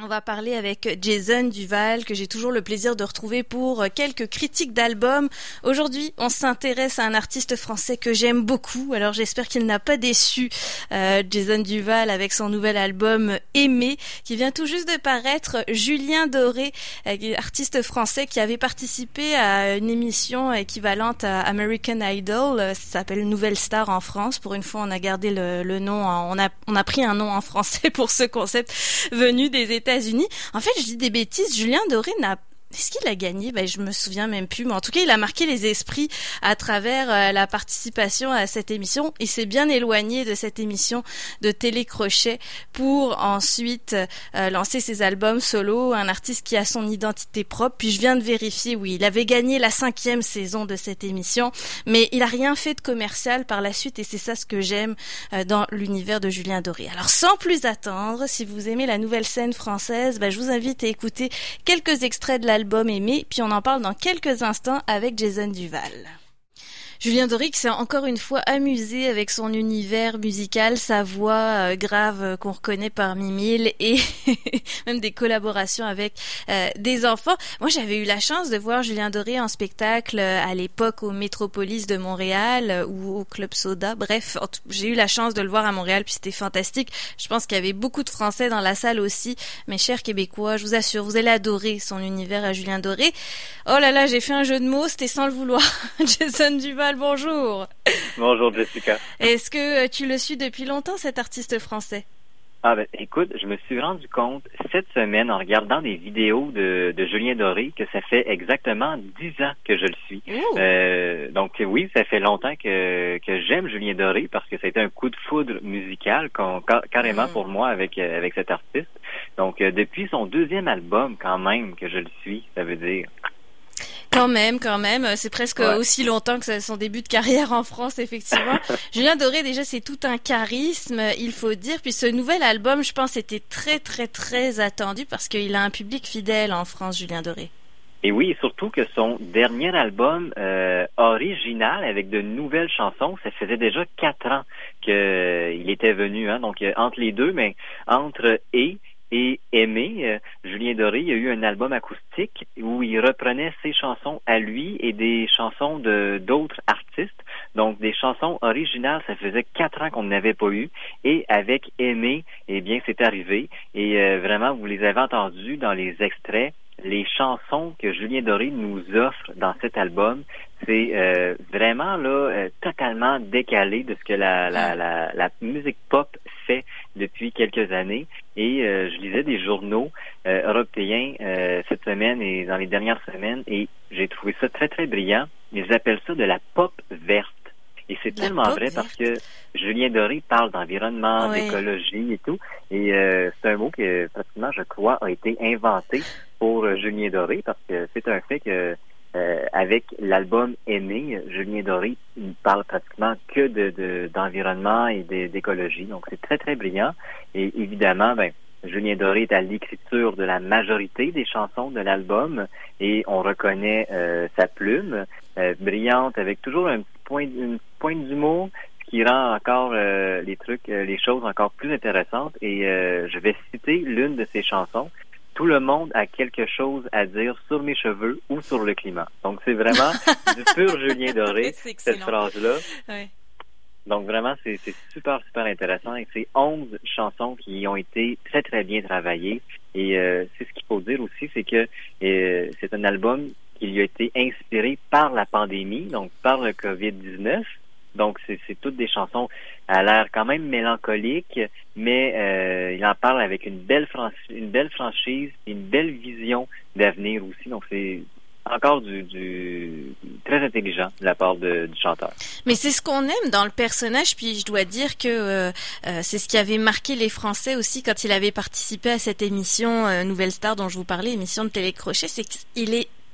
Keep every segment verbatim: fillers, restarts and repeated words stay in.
On va parler avec Jason Duval, que j'ai toujours le plaisir de retrouver pour quelques critiques d'albums. Aujourd'hui, on s'intéresse à un artiste français que j'aime beaucoup, alors j'espère qu'il n'a pas déçu. Euh, Jason Duval avec son nouvel album Aimé, qui vient tout juste de paraître. Julien Doré, artiste français qui avait participé à une émission équivalente à American Idol, ça s'appelle Nouvelle Star en France. Pour une fois, on a gardé le, le nom, on a, on a pris un nom en français pour ce concept venu des États États-Unis. En fait, je dis des bêtises. Julien Doré n'a Est-ce qu'il a gagné? Ben, je me souviens même plus. Mais en tout cas, il a marqué les esprits à travers euh, la participation à cette émission. Il s'est bien éloigné de cette émission de télécrochet pour ensuite euh, lancer ses albums solo. Un artiste qui a son identité propre. Puis je viens de vérifier, oui, il avait gagné la cinquième saison de cette émission. Mais il a rien fait de commercial par la suite. Et c'est ça ce que j'aime euh, dans l'univers de Julien Doré. Alors, sans plus attendre, si vous aimez la nouvelle scène française, ben, je vous invite à écouter quelques extraits de la album Aimé, puis on en parle dans quelques instants avec Jason Duval. Julien Doré qui s'est encore une fois amusé avec son univers musical, sa voix euh, grave euh, qu'on reconnaît parmi mille et même des collaborations avec euh, des enfants. Moi, j'avais eu la chance de voir Julien Doré en spectacle euh, à l'époque au Métropolis de Montréal euh, ou au Club Soda. Bref, tout, j'ai eu la chance de le voir à Montréal, puis c'était fantastique. Je pense qu'il y avait beaucoup de Français dans la salle aussi. Mes chers Québécois, je vous assure, vous allez adorer son univers à Julien Doré. Oh là là, j'ai fait un jeu de mots, c'était sans le vouloir. Jason Duval, bonjour. Bonjour Jessica. Est-ce que tu le suis depuis longtemps, cet artiste français? Ah ben écoute, je me suis rendu compte cette semaine en regardant des vidéos de, de Julien Doré que ça fait exactement dix ans que je le suis. Euh, donc oui, ça fait longtemps que, que j'aime Julien Doré parce que ça a été un coup de foudre musical car, carrément mmh. pour moi avec, avec cet artiste. Donc euh, depuis son deuxième album quand même que je le suis, ça veut dire... Quand même, quand même. C'est presque ouais. aussi longtemps que son début de carrière en France, effectivement. Julien Doré, déjà, c'est tout un charisme, il faut dire. Puis ce nouvel album, je pense, était très, très, très attendu parce qu'il a un public fidèle en France, Julien Doré. Et oui, surtout que son dernier album euh, original avec de nouvelles chansons, ça faisait déjà quatre ans qu'il euh, était venu. Hein, donc, euh, entre les deux, mais entre « et » et Aimé, euh, Julien Doré, il y a eu un album acoustique où il reprenait ses chansons à lui et des chansons de d'autres artistes. Donc, des chansons originales, ça faisait quatre ans qu'on n'avait pas eu. Et avec Aimé, eh bien, c'est arrivé. Et euh, vraiment, vous les avez entendus dans les extraits. Les chansons que Julien Doré nous offre dans cet album, c'est euh, vraiment là euh, totalement décalé de ce que la, la, la, la musique pop fait depuis quelques années. Et euh, je lisais des journaux euh, européens euh, cette semaine et dans les dernières semaines, et j'ai trouvé ça très, très brillant. Ils appellent ça de la pop verte. Et c'est la tellement vrai verte. Parce que Julien Doré parle d'environnement, oui. d'écologie et tout. Et euh, c'est un mot qui, pratiquement, je crois, a été inventé pour euh, Julien Doré parce que c'est un fait que euh, avec l'album Aimé, Julien Doré il parle pratiquement que de, de d'environnement et de, d'écologie. Donc c'est très, très brillant. Et évidemment, ben Julien Doré est à l'écriture de la majorité des chansons de l'album et on reconnaît euh, sa plume euh, brillante avec toujours un petit point, une pointe d'humour qui rend encore euh, les trucs, euh, les choses encore plus intéressantes. Et euh, je vais citer l'une de ses chansons. Tout le monde a quelque chose à dire sur mes cheveux ou sur le climat. Donc c'est vraiment du pur Julien Doré, cette phrase-là. Ouais. Donc vraiment, c'est, c'est super, super intéressant. Et c'est onze chansons qui ont été très, très bien travaillées. Et euh, c'est ce qu'il faut dire aussi, c'est que euh, c'est un album qui lui a été inspiré par la pandémie, donc par le covid dix-neuf. Donc c'est, c'est toutes des chansons à l'air quand même mélancolique, mais euh, il en parle avec une belle franchise, une belle franchise, une belle vision d'avenir aussi. Donc c'est encore du, du très intelligent de la part de, du chanteur. Mais c'est ce qu'on aime dans le personnage, puis je dois dire que euh, euh, c'est ce qui avait marqué les Français aussi quand il avait participé à cette émission euh, Nouvelle Star dont je vous parlais, émission de télécrochet, c'est qu'il est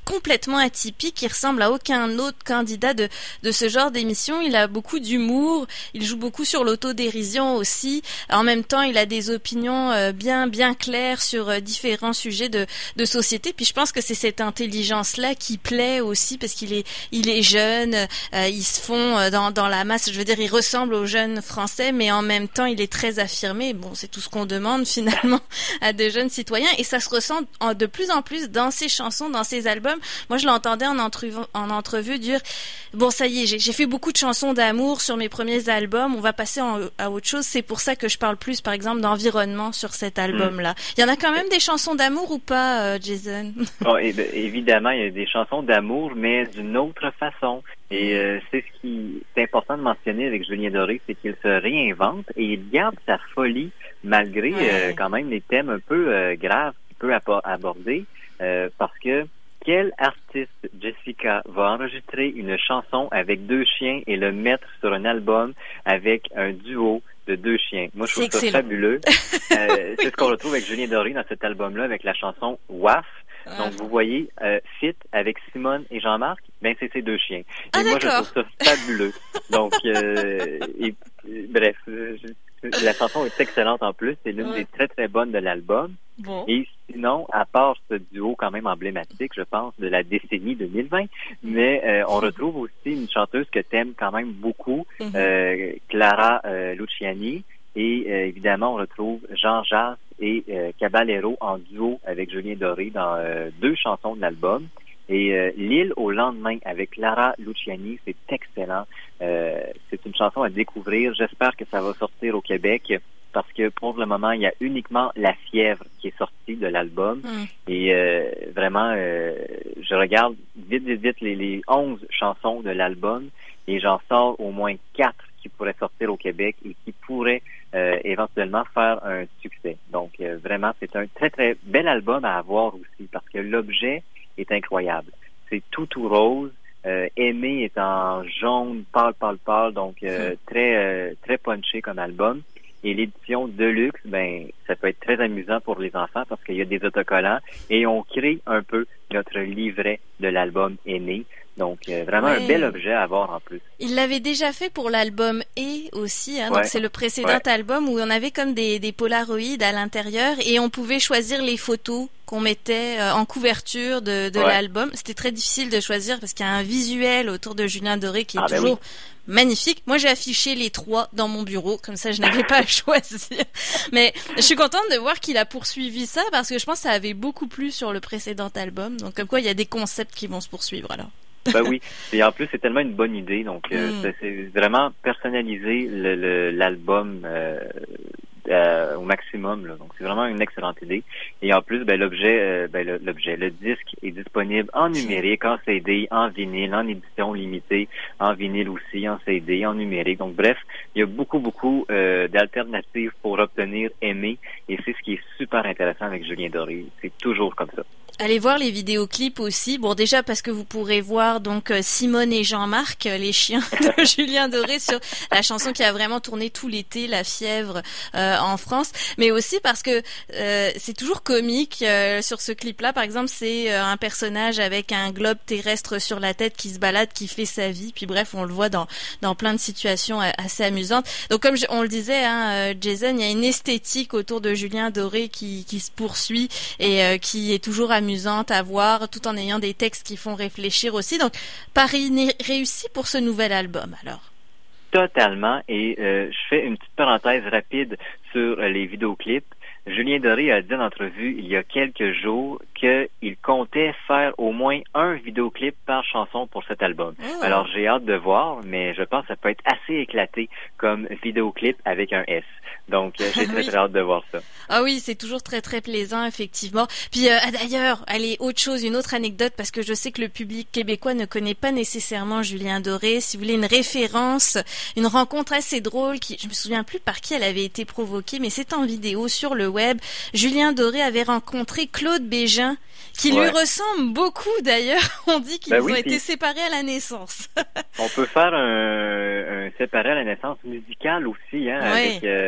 complètement atypique. Il ressemble à aucun autre candidat de, de ce genre d'émission. Il a beaucoup d'humour. Il joue beaucoup sur l'autodérision aussi. En même temps, il a des opinions euh, bien, bien claires sur euh, différents sujets de, de société. Puis je pense que c'est cette intelligence-là qui plaît aussi parce qu'il est, il est jeune. Euh, ils se font euh, dans, dans la masse. Je veux dire, il ressemble aux jeunes Français, mais en même temps, il est très affirmé. Bon, c'est tout ce qu'on demande finalement à de jeunes citoyens. Et ça se ressent en, de plus en plus dans ses chansons, dans ses albums. Moi, je l'entendais en entrevue, en entrevue dire, bon, ça y est, j'ai, j'ai fait beaucoup de chansons d'amour sur mes premiers albums. On va passer en, à autre chose. C'est pour ça que je parle plus, par exemple, d'environnement sur cet album-là. Il y en a quand même des chansons d'amour ou pas, euh, Jason? Bon, et, évidemment, il y a des chansons d'amour, mais d'une autre façon. Et euh, c'est ce qui est important de mentionner avec Julien Doré, c'est qu'il se réinvente et il garde sa folie malgré ouais. euh, quand même les thèmes un peu euh, graves qu'il peut aborder. Euh, parce que quel artiste, Jessica, va enregistrer une chanson avec deux chiens et le mettre sur un album avec un duo de deux chiens? Moi, je trouve ça fabuleux. euh, c'est ce qu'on retrouve avec Julien Doré dans cet album-là avec la chanson W A F. Ah. Donc, vous voyez, euh, Fit avec Simone et Jean-Marc, ben c'est ces deux chiens. Et ah, moi, d'accord. Je trouve ça fabuleux. Donc, euh, et, et, bref, je, la chanson est excellente en plus. C'est l'une ouais. des très, très bonnes de l'album. Bon. Et sinon, à part ce duo quand même emblématique, je pense, de la décennie deux mille vingt, mais euh, on retrouve aussi une chanteuse que t'aimes quand même beaucoup, mm-hmm. euh, Clara euh, Luciani. Et euh, évidemment, on retrouve Jean Jass et euh, Caballero en duo avec Julien Doré dans euh, deux chansons de l'album. Et euh, L'île au lendemain avec Clara Luciani, c'est excellent. Euh, c'est une chanson à découvrir. J'espère que ça va sortir au Québec parce que pour le moment, il y a uniquement La Fièvre qui est sortie de l'album. Mm. Et euh, vraiment, euh, je regarde vite, vite, vite les, les onze chansons de l'album et j'en sors au moins quatre qui pourraient sortir au Québec et qui pourraient euh, éventuellement faire un succès. Donc, euh, vraiment, c'est un très, très bel album à avoir aussi parce que l'objet est incroyable. C'est tout, tout rose. Euh, Aimé est en jaune, pâle, pâle, pâle, donc euh, mmh. très, euh, très punché comme album. Et l'édition Deluxe, ben, ça peut être très amusant pour les enfants parce qu'il y a des autocollants et on crée un peu notre livret de l'album Aimé. Donc, euh, vraiment ouais. un bel objet à avoir en plus. Il l'avait déjà fait pour l'album Et aussi, hein, ouais. donc c'est le précédent ouais. album où on avait comme des, des polaroïdes à l'intérieur et on pouvait choisir les photos qu'on mettait euh, en couverture de, de ouais. l'album. C'était très difficile de choisir parce qu'il y a un visuel autour de Julien Doré qui est ah, ben toujours oui. magnifique. Moi, j'ai affiché les trois dans mon bureau, comme ça je n'avais pas à choisir. Mais je suis contente de voir qu'il a poursuivi ça parce que je pense que ça avait beaucoup plu sur le précédent album. Donc comme quoi, il y a des concepts qui vont se poursuivre alors. Ben oui, et en plus c'est tellement une bonne idée, donc euh, mm. c'est, c'est vraiment personnaliser le, le, l'album euh, euh, au maximum, là. Donc c'est vraiment une excellente idée. Et en plus, ben l'objet, euh, ben le, l'objet, le disque est disponible en numérique, en C D, en vinyle, en édition limitée, en vinyle aussi, en C D, en numérique. Donc bref, il y a beaucoup beaucoup euh, d'alternatives pour obtenir Aimé, et c'est ce qui est super intéressant avec Julien Doré. C'est toujours comme ça. Allez voir les vidéoclips aussi. Bon, déjà parce que vous pourrez voir donc Simone et Jean-Marc, les chiens de Julien Doré, sur la chanson qui a vraiment tourné tout l'été, La Fièvre, euh, en France. Mais aussi parce que euh, c'est toujours comique. Euh, sur ce clip-là, par exemple, c'est euh, un personnage avec un globe terrestre sur la tête qui se balade, qui fait sa vie. Puis bref, on le voit dans dans plein de situations assez amusantes. Donc comme je, on le disait, hein, Jason, il y a une esthétique autour de Julien Doré qui qui se poursuit et euh, qui est toujours amusante. amusante à voir, tout en ayant des textes qui font réfléchir aussi. Donc, pari réussi pour ce nouvel album, alors? Totalement. Et euh, je fais une petite parenthèse rapide sur euh, les vidéoclips. Julien Doré a dit en entrevue il y a quelques jours qu'il comptait faire au moins un vidéoclip par chanson pour cet album. Oh. Alors, j'ai hâte de voir, mais je pense que ça peut être assez éclaté comme vidéoclip avec un S. Donc, euh, j'ai très, oui. très hâte de voir ça. Ah oui, c'est toujours très, très plaisant, effectivement. Puis, euh, d'ailleurs, allez, autre chose, une autre anecdote, parce que je sais que le public québécois ne connaît pas nécessairement Julien Doré. Si vous voulez une référence, une rencontre assez drôle, qui, je me souviens plus par qui elle avait été provoquée, mais c'est en vidéo sur le web. Julien Doré avait rencontré Claude Bégin, qui ouais. lui ressemble beaucoup d'ailleurs. On dit qu'ils ben oui, ont été séparés à la naissance. On peut faire un, un séparé à la naissance musical aussi, hein, ouais. avec euh,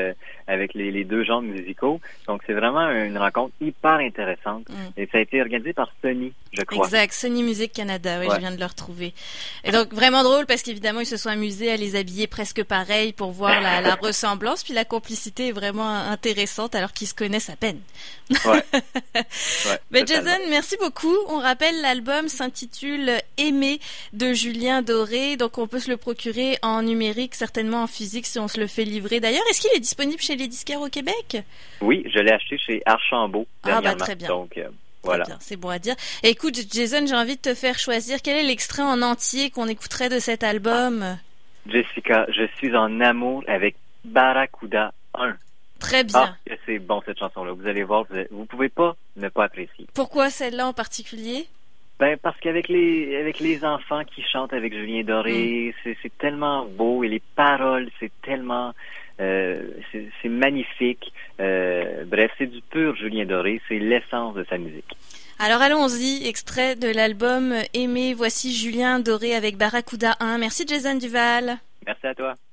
avec les, les deux genres musicaux. Donc, c'est vraiment une rencontre hyper intéressante. Mm. Et ça a été organisé par Sony, je crois. Exact, Sony Music Canada, oui, ouais. Je viens de le retrouver. Et donc, vraiment drôle parce qu'évidemment, ils se sont amusés à les habiller presque pareil pour voir la, la ressemblance. Puis la complicité est vraiment intéressante alors qu'ils se connaissent à peine. Ouais. ouais Mais Jason, merci beaucoup. On rappelle, l'album s'intitule Aimer de Julien Doré. Donc, on peut se le procurer en numérique, certainement en physique si on se le fait livrer. D'ailleurs, est-ce qu'il est disponible chez les disquaires au Québec? Oui, je l'ai acheté chez Archambault dernièrement. Ah, bah, très bien. Donc, euh, voilà. Très bien, c'est bon à dire. Et écoute, Jason, j'ai envie de te faire choisir. Quel est l'extrait en entier qu'on écouterait de cet album? Jessica, je suis en amour avec Barracuda un. Très bien. Ah, c'est bon cette chanson-là. Vous allez voir, vous, vous pouvez pas ne pas apprécier. Pourquoi celle-là en particulier? Ben parce qu'avec les avec les enfants qui chantent avec Julien Doré, mm. c'est, c'est tellement beau et les paroles, c'est tellement euh, c'est, c'est magnifique. Euh, bref, c'est du pur Julien Doré, c'est l'essence de sa musique. Alors allons-y, extrait de l'album Aimer, voici Julien Doré avec Barracuda un. Merci Jason Duval. Merci à toi.